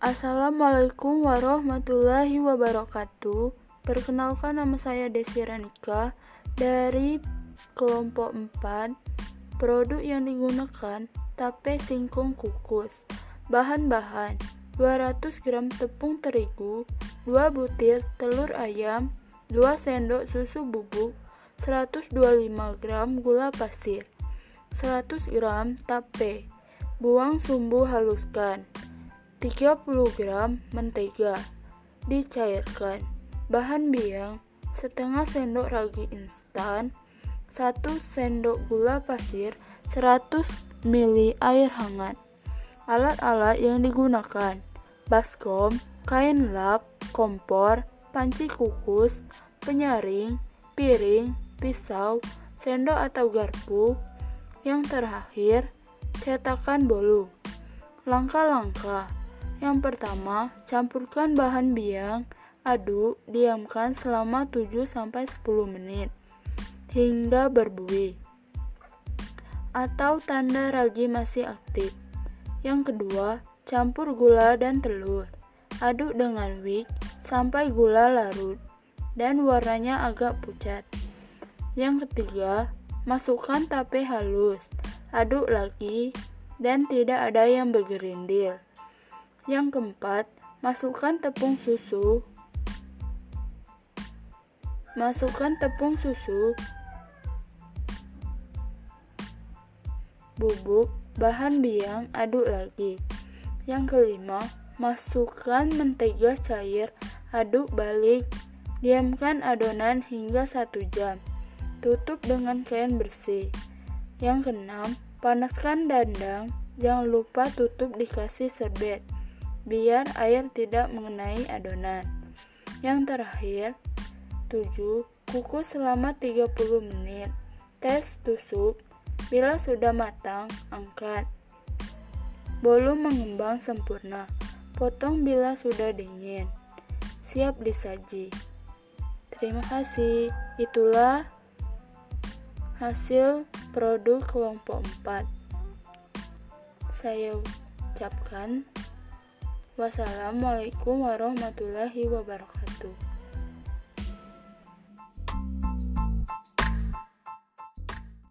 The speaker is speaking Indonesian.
Assalamualaikum warahmatullahi wabarakatuh. Perkenalkan, nama saya Desi Ranika dari kelompok 4. Produk yang digunakan tape singkong kukus. Bahan-bahan: 200 gram tepung terigu, 2 butir telur ayam, 2 sendok susu bubuk, 125 gram gula pasir, 100 gram tape. Buang sumbu, haluskan. 30 gram mentega dicairkan. Bahan biang: setengah sendok ragi instan, 1 sendok gula pasir, 100 ml air hangat. Alat-alat yang digunakan: baskom, kain lap, kompor, panci kukus, penyaring, piring, pisau, sendok atau garpu. Yang terakhir, cetakan bolu. Langkah-langkah: yang pertama, campurkan bahan biang, aduk, diamkan selama 7-10 menit hingga berbuih atau tanda ragi masih aktif. Yang kedua, campur gula dan telur. Aduk dengan whisk sampai gula larut dan warnanya agak pucat. Yang ketiga, masukkan tape halus. Aduk lagi dan tidak ada yang bergerindil. Yang keempat, masukkan tepung susu bubuk, bahan biang, aduk lagi. Yang kelima, masukkan mentega cair, aduk balik, diamkan adonan hingga 1 jam. Tutup dengan kain bersih. Yang keenam, panaskan dandang, jangan lupa tutup dikasih serbet biar air tidak mengenai adonan. Yang terakhir, 7. Kukus selama 30 menit. Tes tusuk. Bila sudah matang, angkat. Bolu mengembang sempurna. Potong bila sudah dingin. Siap disaji. Terima kasih. Itulah hasil produk kelompok 4. Saya ucapkan wassalamualaikum warahmatullahi wabarakatuh.